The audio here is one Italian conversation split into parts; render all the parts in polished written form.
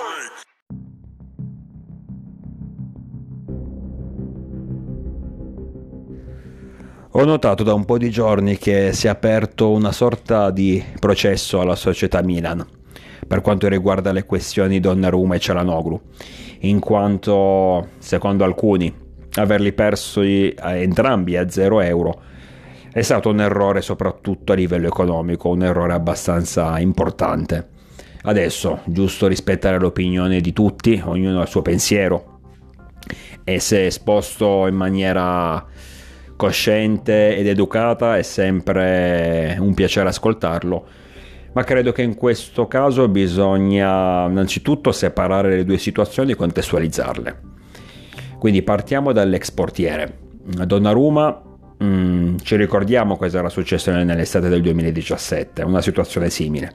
Ho notato da un po' di giorni che si è aperto una sorta di processo alla società Milan per quanto riguarda le questioni Donnarumma e Çalhanoğlu, in quanto, secondo alcuni, averli persi entrambi a 0 euro è stato un errore soprattutto a livello economico, un errore abbastanza importante. Adesso, giusto rispettare l'opinione di tutti, ognuno ha il suo pensiero, e se esposto in maniera cosciente ed educata è sempre un piacere ascoltarlo, ma credo che in questo caso bisogna innanzitutto separare le due situazioni e contestualizzarle. Quindi partiamo dall'ex portiere Donnarumma. Ci ricordiamo cosa era successo nell'estate del 2017, una situazione simile.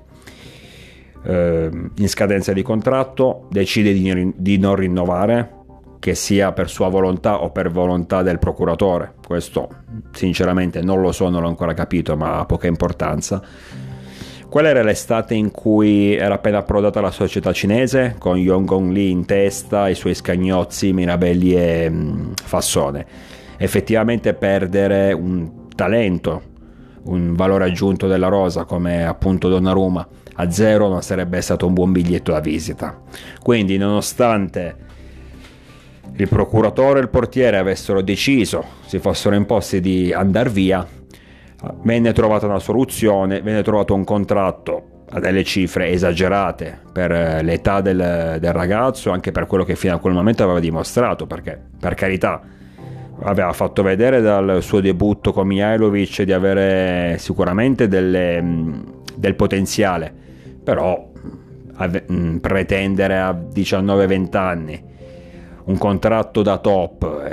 In scadenza di contratto decide di non rinnovare, che sia per sua volontà o per volontà del procuratore. Questo sinceramente non lo so, non l'ho ancora capito, ma ha poca importanza. Quella era l'estate in cui era appena approdata la società cinese, con Yong Gong Lee in testa, i suoi scagnozzi, Mirabelli e Fassone. Effettivamente perdere un talento, un valore aggiunto della rosa come appunto Donnarumma a 0 non sarebbe stato un buon biglietto da visita. Quindi, nonostante il procuratore e il portiere avessero deciso, si fossero imposti di andare via, venne trovata una soluzione, venne trovato un contratto a delle cifre esagerate per l'età del ragazzo, anche per quello che fino a quel momento aveva dimostrato, perché per carità aveva fatto vedere dal suo debutto con Mihajlovic di avere sicuramente del potenziale, però pretendere a 19-20 anni un contratto da top,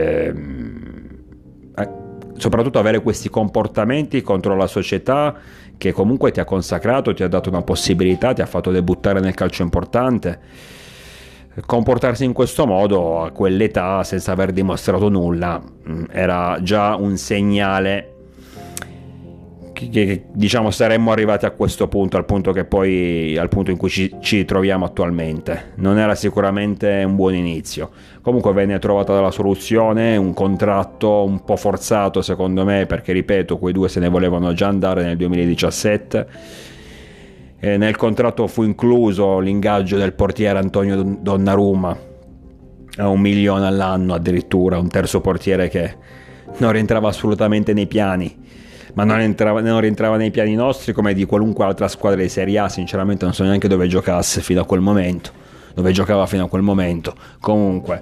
soprattutto avere questi comportamenti contro la società che comunque ti ha consacrato, ti ha dato una possibilità, ti ha fatto debuttare nel calcio importante, comportarsi in questo modo a quell'età senza aver dimostrato nulla era già un segnale che diciamo saremmo arrivati a questo punto, al punto in cui ci troviamo attualmente. Non era sicuramente un buon inizio. Comunque venne trovata la soluzione, un contratto un po' forzato secondo me, perché ripeto, quei due se ne volevano già andare nel 2017. Nel contratto fu incluso l'ingaggio del portiere Antonio Donnarumma a 1 milione all'anno, addirittura un terzo portiere che non rientrava assolutamente nei piani, ma non rientrava nei piani nostri come di qualunque altra squadra di Serie A. Sinceramente non so neanche dove giocasse fino a quel momento, dove giocava fino a quel momento. Comunque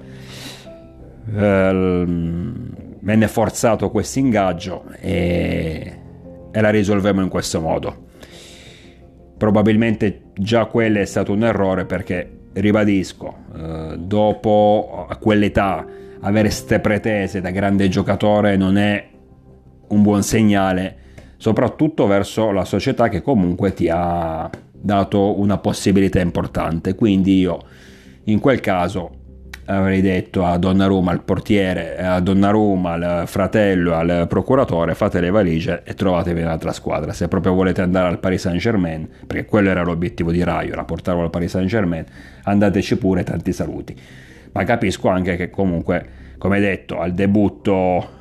venne forzato questo ingaggio e la risolvemmo in questo modo. Probabilmente già quello è stato un errore, perché ribadisco, dopo a quell'età avere ste pretese da grande giocatore non è un buon segnale, soprattutto verso la società che comunque ti ha dato una possibilità importante. Quindi io in quel caso avrei detto a Donnarumma, al portiere, a Donnarumma, al fratello, al procuratore: fate le valigie e trovatevi un'altra squadra. Se proprio volete andare al Paris Saint-Germain, perché quello era l'obiettivo di Raiola, portarlo al Paris Saint-Germain, andateci pure, tanti saluti. Ma capisco anche che comunque, come detto, al debutto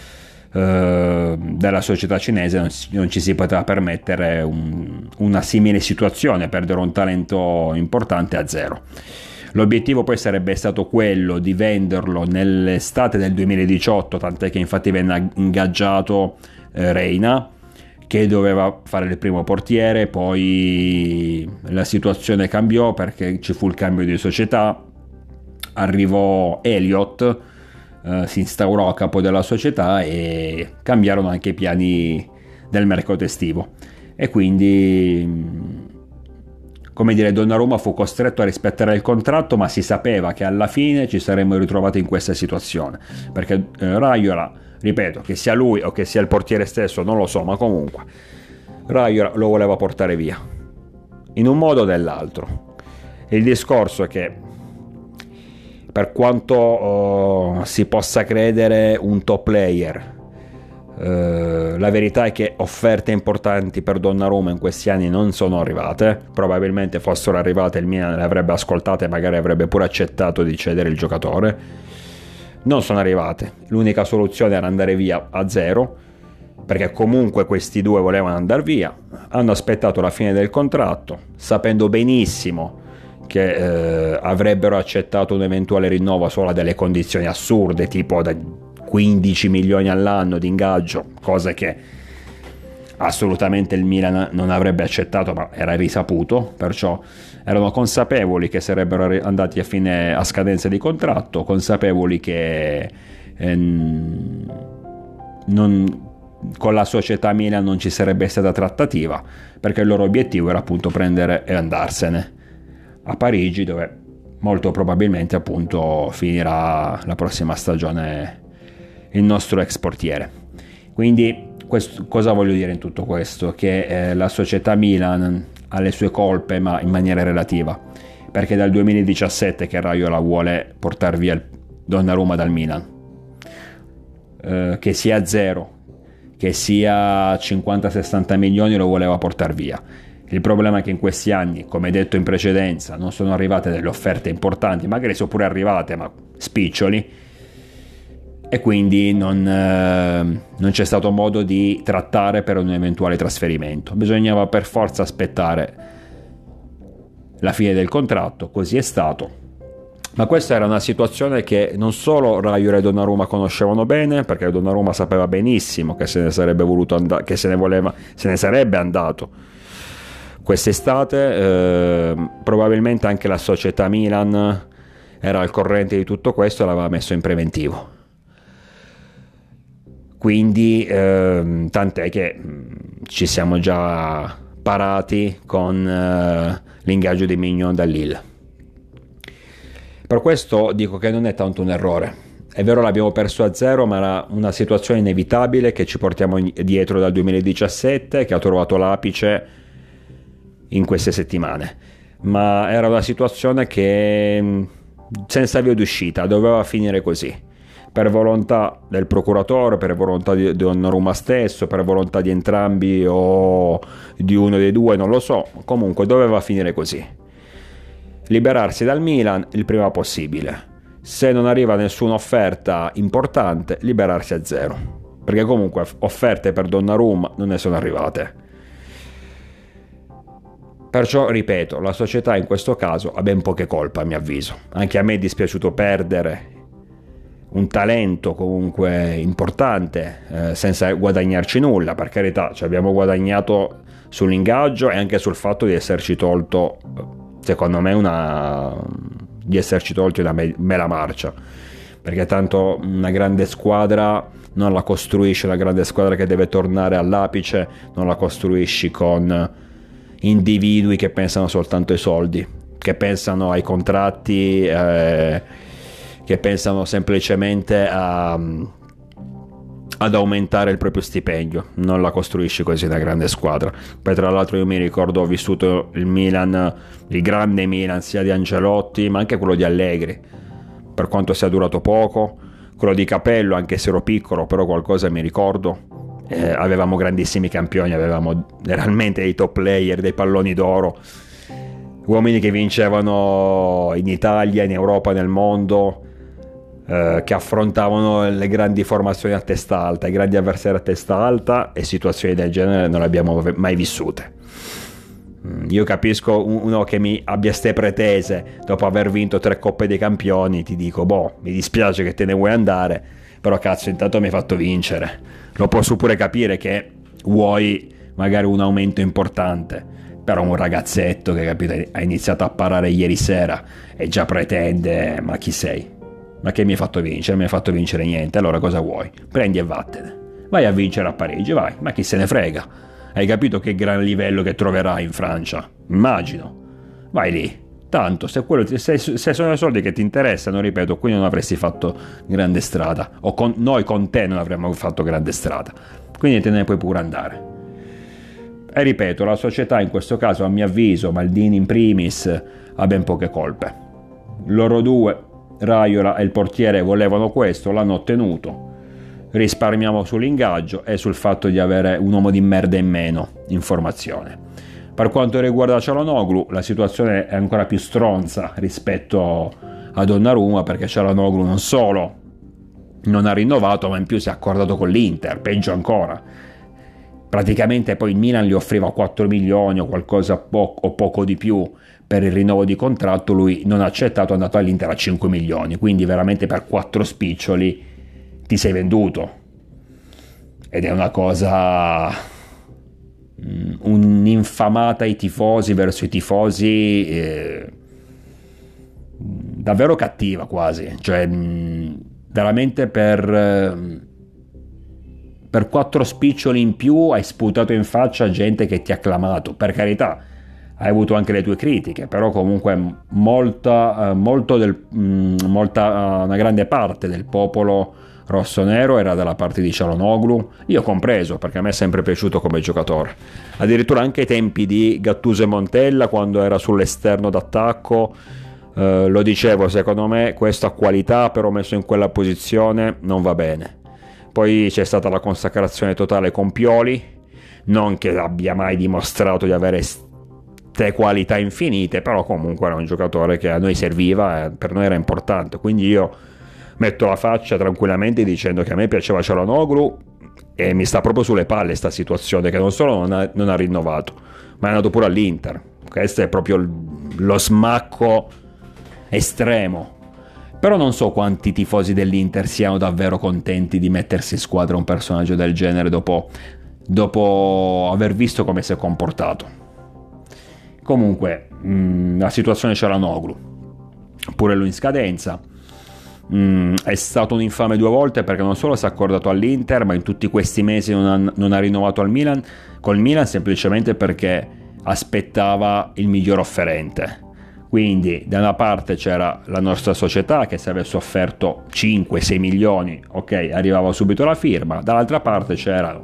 della società cinese non ci si poteva permettere una simile situazione, perdere un talento importante a 0. L'obiettivo poi sarebbe stato quello di venderlo nell'estate del 2018, tant'è che infatti venne ingaggiato Reina, che doveva fare il primo portiere. Poi la situazione cambiò perché ci fu il cambio di società, arrivò Elliott, si instaurò a capo della società e cambiarono anche i piani del mercato estivo, e quindi, come dire, Donnarumma fu costretto a rispettare il contratto, ma si sapeva che alla fine ci saremmo ritrovati in questa situazione, perché Raiola, ripeto, che sia lui o che sia il portiere stesso non lo so, ma comunque Raiola lo voleva portare via in un modo o nell'altro. Il discorso è che, per quanto si possa credere un top player La verità è che offerte importanti per Donnarumma in questi anni non sono arrivate. Probabilmente fossero arrivate, il Milan le avrebbe ascoltate e magari avrebbe pure accettato di cedere il giocatore. Non sono arrivate. L'unica soluzione era andare via a zero, perché comunque questi due volevano andare via. Hanno aspettato la fine del contratto, sapendo benissimo che avrebbero accettato un eventuale rinnovo solo a delle condizioni assurde, tipo da 15 milioni all'anno di ingaggio, cose che assolutamente il Milan non avrebbe accettato, ma era risaputo, perciò erano consapevoli che sarebbero andati a scadenza di contratto, consapevoli che con la società Milan non ci sarebbe stata trattativa, perché il loro obiettivo era appunto prendere e andarsene a Parigi, dove molto probabilmente appunto finirà la prossima stagione il nostro ex portiere. Quindi cosa voglio dire in tutto questo? Che la società Milan ha le sue colpe, ma in maniera relativa, perché dal 2017 che Raiola vuole portare via Donnarumma dal Milan, che sia a zero, che sia 50-60 milioni, lo voleva portare via. Il problema è che in questi anni, come detto in precedenza, non sono arrivate delle offerte importanti, magari sono pure arrivate, ma spiccioli, e quindi non c'è stato modo di trattare per un eventuale trasferimento. Bisognava per forza aspettare la fine del contratto, così è stato. Ma questa era una situazione che non solo Raiola e Donnarumma conoscevano bene, perché Donnarumma sapeva benissimo che se ne sarebbe voluto andare, che se ne sarebbe andato quest'estate. Probabilmente anche la società Milan era al corrente di tutto questo e l'aveva messo in preventivo. Quindi tant'è che ci siamo già parati con l'ingaggio di Mignon da Lille. Per questo dico che non è tanto un errore. È vero, l'abbiamo perso a zero, ma era una situazione inevitabile che ci portiamo dietro dal 2017, che ha trovato l'apice in queste settimane. Ma era una situazione che senza via d'uscita doveva finire così. Per volontà del procuratore, per volontà di Donnarumma stesso, per volontà di entrambi o di uno dei due, non lo so. Comunque doveva finire così. Liberarsi dal Milan il prima possibile. Se non arriva nessuna offerta importante, liberarsi a zero, perché comunque offerte per Donnarumma non ne sono arrivate. Perciò ripeto, la società in questo caso ha ben poche colpe, a mio avviso. Anche a me è dispiaciuto perdere un talento comunque importante senza guadagnarci nulla. Per carità, ci abbiamo guadagnato sull'ingaggio e anche sul fatto di esserci tolto, secondo me, una mela marcia, perché tanto una grande squadra non la costruisci, una grande squadra che deve tornare all'apice non la costruisci con individui che pensano soltanto ai soldi, che pensano ai contratti, che pensano semplicemente ad aumentare il proprio stipendio. Non la costruisci così una grande squadra. Poi tra l'altro io mi ricordo, ho vissuto il Milan, il grande Milan sia di Ancelotti ma anche quello di Allegri, per quanto sia durato poco, quello di Capello, anche se ero piccolo però qualcosa mi ricordo. Avevamo grandissimi campioni, avevamo veramente dei top player, dei palloni d'oro, uomini che vincevano in Italia, in Europa, nel mondo, che affrontavano le grandi formazioni a testa alta, i grandi avversari a testa alta, e situazioni del genere non le abbiamo mai vissute. Io capisco uno che mi abbia ste pretese dopo aver vinto 3 Coppe dei Campioni, ti dico, mi dispiace che te ne vuoi andare, però cazzo, intanto mi hai fatto vincere. Lo posso pure capire che vuoi magari un aumento importante, però un ragazzetto che, capito, ha iniziato a parare ieri sera e già pretende, ma chi sei? Ma che mi hai fatto vincere? Mi hai fatto vincere niente, allora cosa vuoi? Prendi e vattene. Vai a vincere a Parigi, vai, ma chi se ne frega? Hai capito che gran livello che troverai in Francia? Immagino. Vai lì. Tanto, se sono i soldi che ti interessano, ripeto, qui non avresti fatto grande strada, o noi con te non avremmo fatto grande strada, quindi te ne puoi pure andare. E ripeto, la società in questo caso, a mio avviso, Maldini in primis, ha ben poche colpe. Loro due, Raiola e il portiere, volevano questo, l'hanno ottenuto, risparmiamo sull'ingaggio e sul fatto di avere un uomo di merda in meno in formazione. Per quanto riguarda Çalhanoğlu, la situazione è ancora più stronza rispetto a Donnarumma, perché Çalhanoğlu non solo non ha rinnovato, ma in più si è accordato con l'Inter, peggio ancora. Praticamente poi il Milan gli offriva 4 milioni o qualcosa o poco di più per il rinnovo di contratto, lui non ha accettato, è andato all'Inter a 5 milioni, quindi veramente per 4 spiccioli ti sei venduto. Ed è una cosa, un'infamata ai tifosi, verso i tifosi, davvero cattiva quasi, cioè veramente per 4 spiccioli in più hai sputato in faccia gente che ti ha acclamato. Per carità, hai avuto anche le tue critiche, però comunque una grande parte del popolo rossonero era dalla parte di Çalhanoğlu, io compreso, perché a me è sempre piaciuto come giocatore, addirittura anche ai tempi di Gattuso e Montella, quando era sull'esterno d'attacco, lo dicevo, secondo me questo ha qualità, però messo in quella posizione non va bene. Poi c'è stata la consacrazione totale con Pioli, non che abbia mai dimostrato di avere ste qualità infinite, però comunque era un giocatore che a noi serviva e per noi era importante, quindi io metto la faccia tranquillamente dicendo che a me piaceva Çalhanoğlu e mi sta proprio sulle palle sta situazione, che non solo non ha rinnovato, ma è andato pure all'Inter. Questo è proprio lo smacco estremo. Però non so quanti tifosi dell'Inter siano davvero contenti di mettersi in squadra un personaggio del genere dopo aver visto come si è comportato. Comunque la situazione Çalhanoğlu, pure lui in scadenza, è stato un infame 2 volte, perché non solo si è accordato all'Inter, ma in tutti questi mesi non ha rinnovato col Milan, semplicemente perché aspettava il miglior offerente. Quindi da una parte c'era la nostra società che se avesse offerto 5-6 milioni, ok, arrivava subito la firma, dall'altra parte c'erano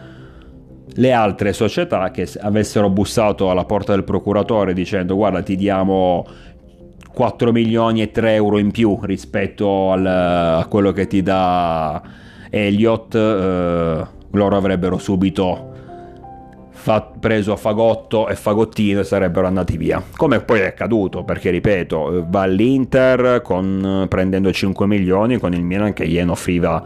le altre società che avessero bussato alla porta del procuratore dicendo guarda, ti diamo 4 milioni e 3 euro in più rispetto a quello che ti dà Elliott, loro avrebbero subito preso fagotto e fagottino e sarebbero andati via, come poi è accaduto, perché ripeto, va all'Inter prendendo 5 milioni con il Milan che gliene offriva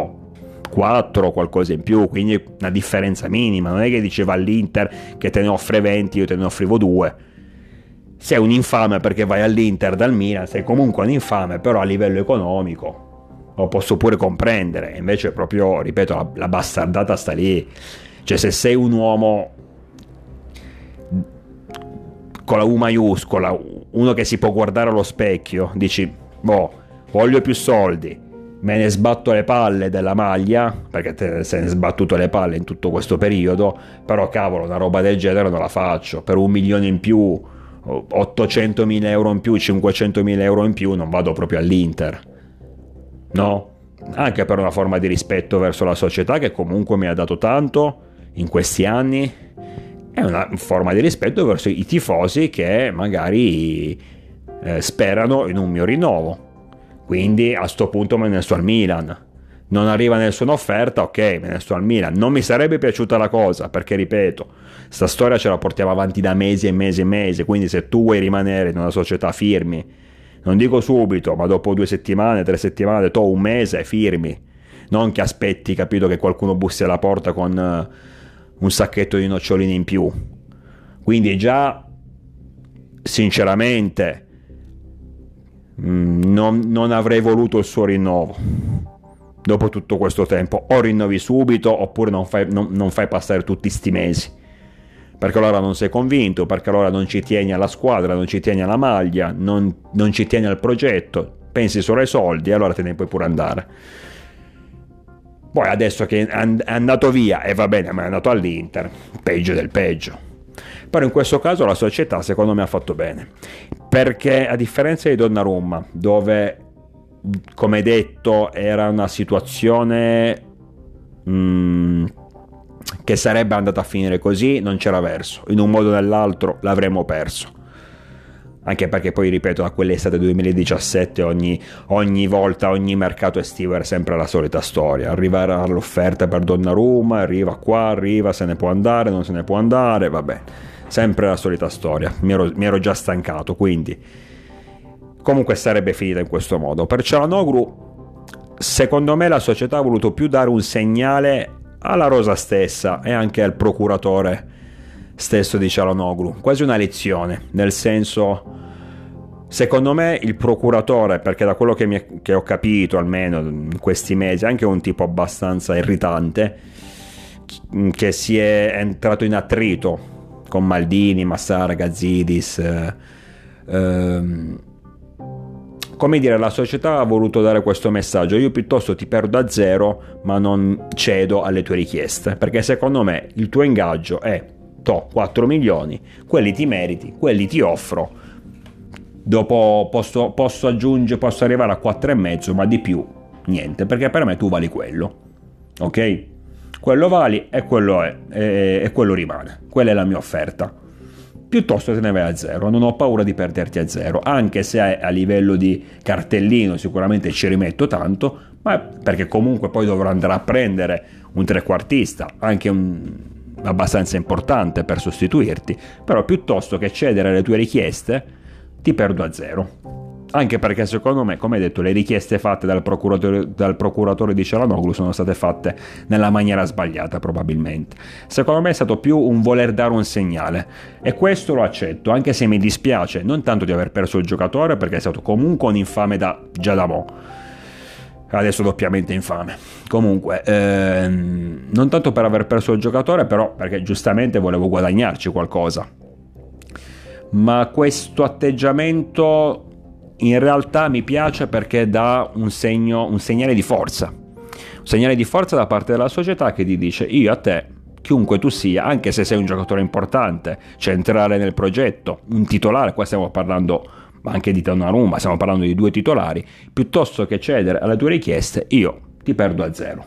4 o qualcosa in più, quindi una differenza minima, non è che diceva all'Inter che te ne offre 20, io te ne offrivo 2. Sei un infame perché vai all'Inter dal Milan, sei comunque un infame, però a livello economico lo posso pure comprendere, invece proprio, ripeto, la bastardata sta lì. Cioè, se sei un uomo con la U maiuscola, uno che si può guardare allo specchio, dici voglio più soldi, me ne sbatto le palle della maglia, perché te se ne è sbattuto le palle in tutto questo periodo, però cavolo, una roba del genere non la faccio. Per 1 milione in più, 800.000 euro in più, 500.000 euro in più, non vado proprio all'Inter, no? Anche per una forma di rispetto verso la società che comunque mi ha dato tanto in questi anni, è una forma di rispetto verso i tifosi che magari sperano in un mio rinnovo. Quindi a sto punto me ne sto al Milan. Non arriva nessuna offerta, ok, me ne sto al Milan. Non mi sarebbe piaciuta la cosa, perché ripeto, sta storia ce la portiamo avanti da mesi e mesi e mesi, quindi se tu vuoi rimanere in una società firmi, non dico subito, ma dopo 2 settimane, 3 settimane, un mese firmi, non che aspetti, capito, che qualcuno bussi alla porta con un sacchetto di nocciolini in più. Quindi già sinceramente non avrei voluto il suo rinnovo dopo tutto questo tempo. O rinnovi subito oppure non fai passare tutti sti mesi, perché allora non sei convinto, perché allora non ci tieni alla squadra, non ci tieni alla maglia, non ci tieni al progetto, pensi solo ai soldi e allora te ne puoi pure andare. Poi adesso che è andato via e va bene, ma è andato all'Inter, peggio del peggio. Però in questo caso la società secondo me ha fatto bene, perché a differenza di Donnarumma, dove come detto era una situazione che sarebbe andata a finire così, non c'era verso, in un modo o nell'altro l'avremmo perso. anche perché poi ripeto da quell'estate 2017 ogni volta, ogni mercato estivo era sempre la solita storia, arrivare all'offerta per Donnarumma, arriva, se ne può andare, non se ne può andare, vabbè, sempre la solita storia, mi ero già stancato, quindi comunque sarebbe finita in questo modo. Per Çalhanoğlu secondo me la società ha voluto più dare un segnale alla rosa stessa e anche al procuratore stesso di Çalhanoğlu, quasi una lezione, nel senso, secondo me il procuratore, perché da quello che ho capito almeno in questi mesi, è anche un tipo abbastanza irritante, che si è entrato in attrito con Maldini, Massara, Gazidis, come dire, la società ha voluto dare questo messaggio: io piuttosto ti perdo a zero ma non cedo alle tue richieste, perché secondo me il tuo ingaggio è 4 milioni, quelli ti meriti, quelli ti offro, dopo posso aggiungere, posso arrivare a 4,5, ma di più niente, perché per me tu vali quello, ok? Quello vali e quello è, e quello rimane, quella è la mia offerta. Piuttosto te ne vai a zero, non ho paura di perderti a zero, anche se a livello di cartellino sicuramente ci rimetto tanto, ma perché comunque poi dovrò andare a prendere un trequartista, anche abbastanza importante per sostituirti, però piuttosto che cedere alle tue richieste ti perdo a zero. Anche perché secondo me, come detto, le richieste fatte dal procuratore di Çalhanoğlu sono state fatte nella maniera sbagliata, probabilmente. Secondo me è stato più un voler dare un segnale, e questo lo accetto, anche se mi dispiace non tanto di aver perso il giocatore, perché è stato comunque un infame già da mo', adesso doppiamente infame. Comunque non tanto per aver perso il giocatore, però perché giustamente volevo guadagnarci qualcosa, ma questo atteggiamento in realtà mi piace perché dà un segnale di forza, da parte della società, che ti dice: io a te, chiunque tu sia, anche se sei un giocatore importante, centrale nel progetto, un titolare, qua stiamo parlando anche di Donnarumma, stiamo parlando di 2 titolari, piuttosto che cedere alle tue richieste io ti perdo a zero.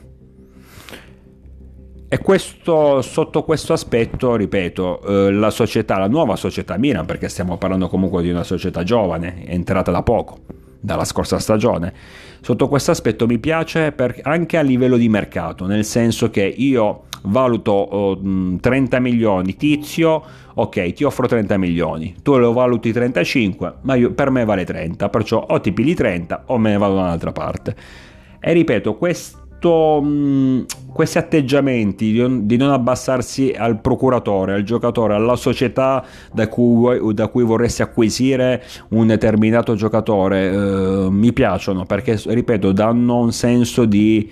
E sotto questo aspetto, ripeto, la nuova società Milan, perché stiamo parlando comunque di una società giovane, è entrata da poco, dalla scorsa stagione, sotto questo aspetto mi piace anche a livello di mercato, nel senso che io valuto 30 milioni Tizio, ok, ti offro 30 milioni, tu lo valuti 35, ma per me vale 30, perciò o ti pigli 30 o me ne vado da un'altra parte. E ripeto, questi atteggiamenti di non abbassarsi al procuratore, al giocatore, alla società da cui vorresti acquisire un determinato giocatore, mi piacciono, perché ripeto, danno un senso di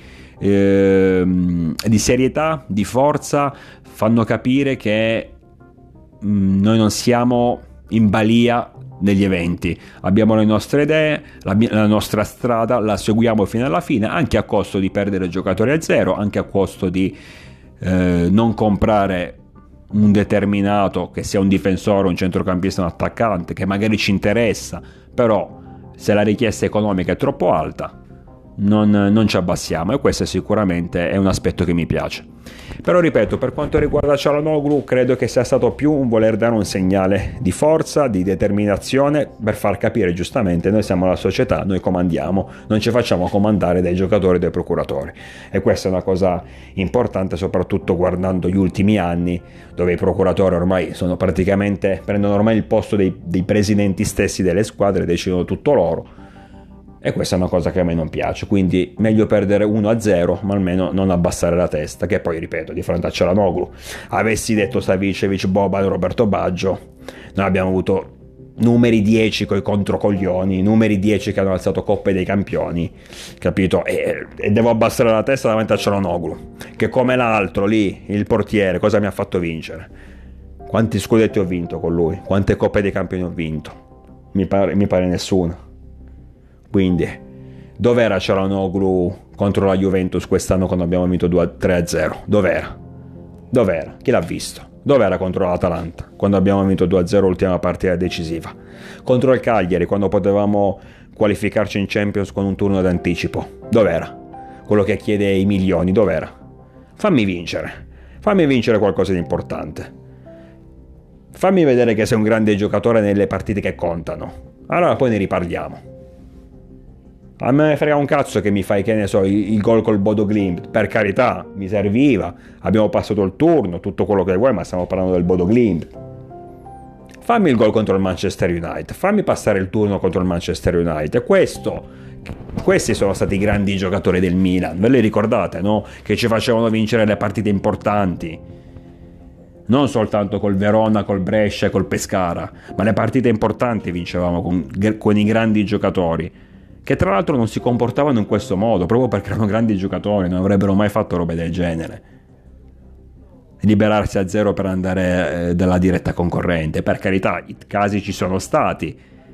serietà, di forza, fanno capire che noi non siamo in balia degli eventi, abbiamo le nostre idee, la nostra strada, la seguiamo fino alla fine, anche a costo di perdere giocatori a zero, anche a costo di non comprare un determinato, che sia un difensore, un centrocampista, un attaccante, che magari ci interessa, però se la richiesta economica è troppo alta non ci abbassiamo, e questo sicuramente è un aspetto che mi piace. Però ripeto, per quanto riguarda Çalhanoğlu, credo che sia stato più un voler dare un segnale di forza, di determinazione, per far capire giustamente: noi siamo la società, noi comandiamo, non ci facciamo comandare dai giocatori e dai procuratori. E questa è una cosa importante, soprattutto guardando gli ultimi anni, dove i procuratori ormai prendono ormai il posto dei presidenti stessi delle squadre, decidono tutto loro. E questa è una cosa che a me non piace, quindi meglio perdere 1-0, ma almeno non abbassare la testa. Che poi, ripeto, di fronte a Çalhanoğlu, avessi detto Savicevic, Boban, Roberto Baggio, noi abbiamo avuto numeri 10 coi controcoglioni, numeri 10 che hanno alzato Coppe dei Campioni, capito? E devo abbassare la testa davanti a Çalhanoğlu, che come l'altro lì, il portiere, cosa mi ha fatto vincere? Quanti scudetti ho vinto con lui? Quante Coppe dei Campioni ho vinto? Mi pare nessuna. Quindi, dov'era Çalhanoğlu contro la Juventus quest'anno quando abbiamo vinto 3-0? Dov'era? Chi l'ha visto? Dov'era contro l'Atalanta quando abbiamo vinto 2-0 l'ultima partita decisiva? Contro il Cagliari quando potevamo qualificarci in Champions con un turno d'anticipo? Dov'era? Quello che chiede i milioni, dov'era? Fammi vincere qualcosa di importante. Fammi vedere che sei un grande giocatore nelle partite che contano. Allora poi ne riparliamo. A me frega un cazzo che mi fai, che ne so, il gol col Bodo Glimt. Per carità, mi serviva. Abbiamo passato il turno, tutto quello che vuoi, ma stiamo parlando del Bodo Glimt. Fammi il gol contro il Manchester United. Fammi passare il turno contro il Manchester United. Questi sono stati i grandi giocatori del Milan. Ve li ricordate, no? Che ci facevano vincere le partite importanti. Non soltanto col Verona, col Brescia e col Pescara, ma le partite importanti vincevamo con i grandi giocatori, che tra l'altro non si comportavano in questo modo, proprio perché erano grandi giocatori, non avrebbero mai fatto robe del genere. Liberarsi a zero per andare dalla diretta concorrente. Per carità, i casi ci sono stati,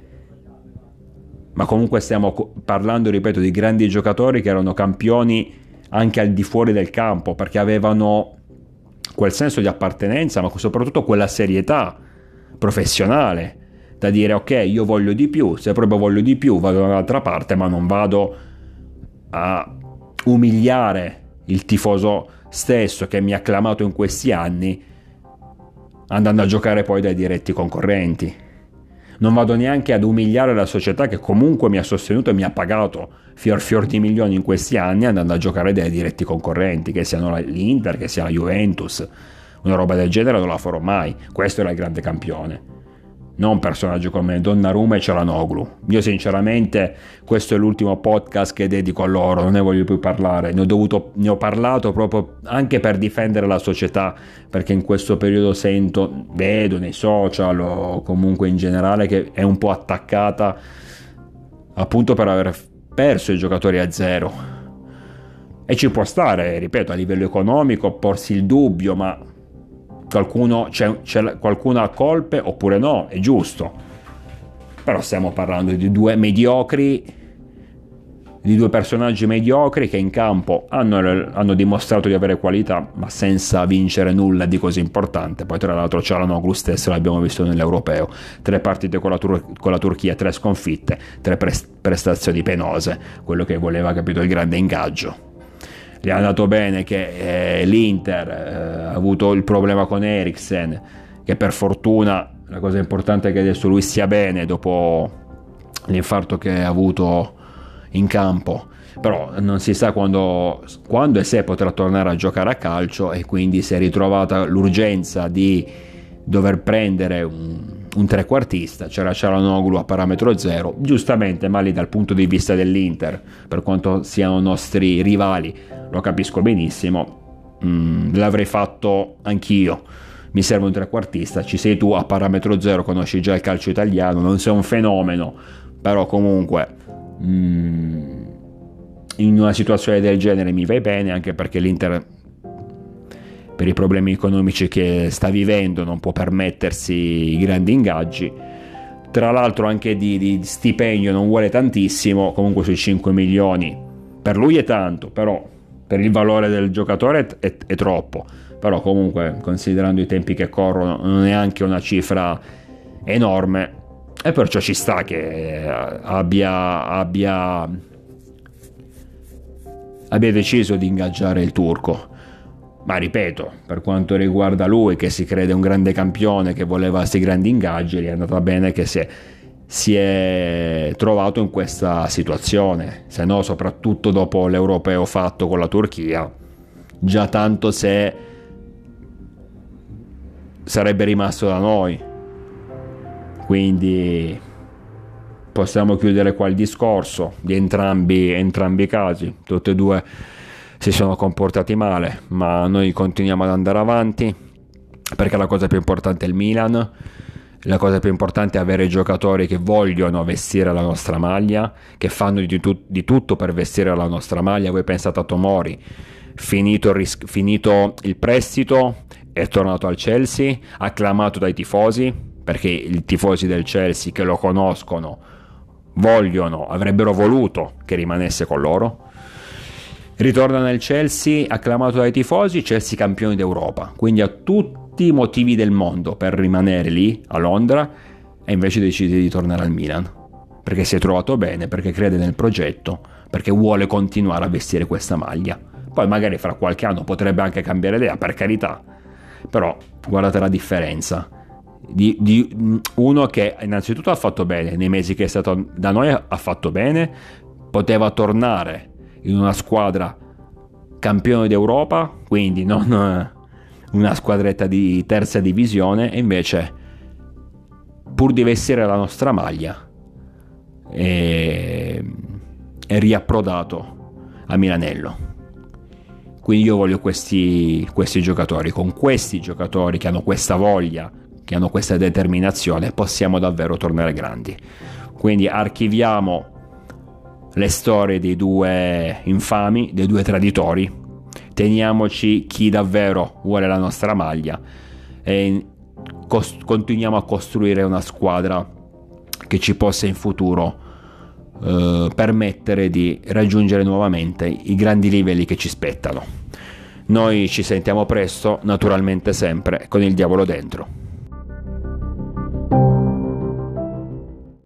ma comunque stiamo parlando, ripeto, di grandi giocatori che erano campioni anche al di fuori del campo, perché avevano quel senso di appartenenza, ma soprattutto quella serietà professionale da dire ok, io voglio di più, se proprio voglio di più vado da un'altra parte, ma non vado a umiliare il tifoso stesso che mi ha acclamato in questi anni andando a giocare poi dai diretti concorrenti. Non vado neanche ad umiliare la società che comunque mi ha sostenuto e mi ha pagato fior di milioni in questi anni andando a giocare dai diretti concorrenti, che siano l'Inter, che sia la Juventus. Una roba del genere non la farò mai. Questo era il grande campione, non personaggi come Donnarumma e Çalhanoğlu. Io sinceramente questo è l'ultimo podcast che dedico a loro, non ne voglio più parlare. Ne ho parlato proprio anche per difendere la società, perché in questo periodo vedo nei social o comunque in generale che è un po' attaccata appunto per aver perso i giocatori a zero. E ci può stare, ripeto, a livello economico porsi il dubbio, ma qualcuno ha colpe oppure no, è giusto. Però stiamo parlando di due personaggi mediocri che in campo hanno dimostrato di avere qualità, ma senza vincere nulla di così importante. Poi tra l'altro Çalhanoğlu stesso l'abbiamo visto nell'Europeo, 3 partite con la Turchia, 3 sconfitte, 3 prestazioni penose, quello che voleva, capito, il grande ingaggio. Gli è andato bene che l'Inter ha avuto il problema con Eriksen, che per fortuna, la cosa importante è che adesso lui stia bene dopo l'infarto che ha avuto in campo, però non si sa quando e se potrà tornare a giocare a calcio, e quindi si è ritrovata l'urgenza di dover prendere un trequartista. C'era Çalhanoğlu a parametro zero, giustamente, ma lì dal punto di vista dell'Inter, per quanto siano nostri rivali, lo capisco benissimo, l'avrei fatto anch'io. Mi serve un trequartista, ci sei tu a parametro zero, conosci già il calcio italiano, non sei un fenomeno, però comunque in una situazione del genere mi vai bene, anche perché l'Inter, per i problemi economici che sta vivendo, non può permettersi i grandi ingaggi. Tra l'altro anche di stipendio non vuole tantissimo, comunque sui 5 milioni per lui è tanto, però per il valore del giocatore è troppo. Però comunque, considerando i tempi che corrono, non è anche una cifra enorme, e perciò ci sta che abbia deciso di ingaggiare il turco. Ma ripeto, per quanto riguarda lui, che si crede un grande campione, che voleva questi grandi ingaggi, gli è andata bene che si è trovato in questa situazione. Se no, soprattutto dopo l'Europeo fatto con la Turchia, già tanto se sarebbe rimasto da noi. Quindi possiamo chiudere qua il discorso di entrambi i casi. Tutti e due si sono comportati male, ma noi continuiamo ad andare avanti, perché la cosa più importante è il Milan. La cosa più importante è avere giocatori che vogliono vestire la nostra maglia, che fanno di tutto per vestire la nostra maglia. Voi pensate a Tomori, finito il prestito, è tornato al Chelsea, acclamato dai tifosi, perché i tifosi del Chelsea che lo conoscono avrebbero voluto che rimanesse con loro. Ritorna nel Chelsea, acclamato dai tifosi, Chelsea campione d'Europa, quindi ha tutti i motivi del mondo per rimanere lì a Londra, e invece decide di tornare al Milan, perché si è trovato bene, perché crede nel progetto, perché vuole continuare a vestire questa maglia. Poi magari fra qualche anno potrebbe anche cambiare idea, per carità, però guardate la differenza. di uno che innanzitutto ha fatto bene, nei mesi che è stato da noi ha fatto bene, poteva tornare in una squadra campione d'Europa, quindi non una squadretta di terza divisione, e invece pur di vestire la nostra maglia è riapprodato a Milanello. Quindi io voglio questi giocatori. Con questi giocatori che hanno questa voglia, che hanno questa determinazione, possiamo davvero tornare grandi. Quindi archiviamo le storie dei due infami, dei due traditori, teniamoci chi davvero vuole la nostra maglia e continuiamo a costruire una squadra che ci possa in futuro permettere di raggiungere nuovamente i grandi livelli che ci spettano. Noi ci sentiamo presto, naturalmente sempre con il diavolo dentro.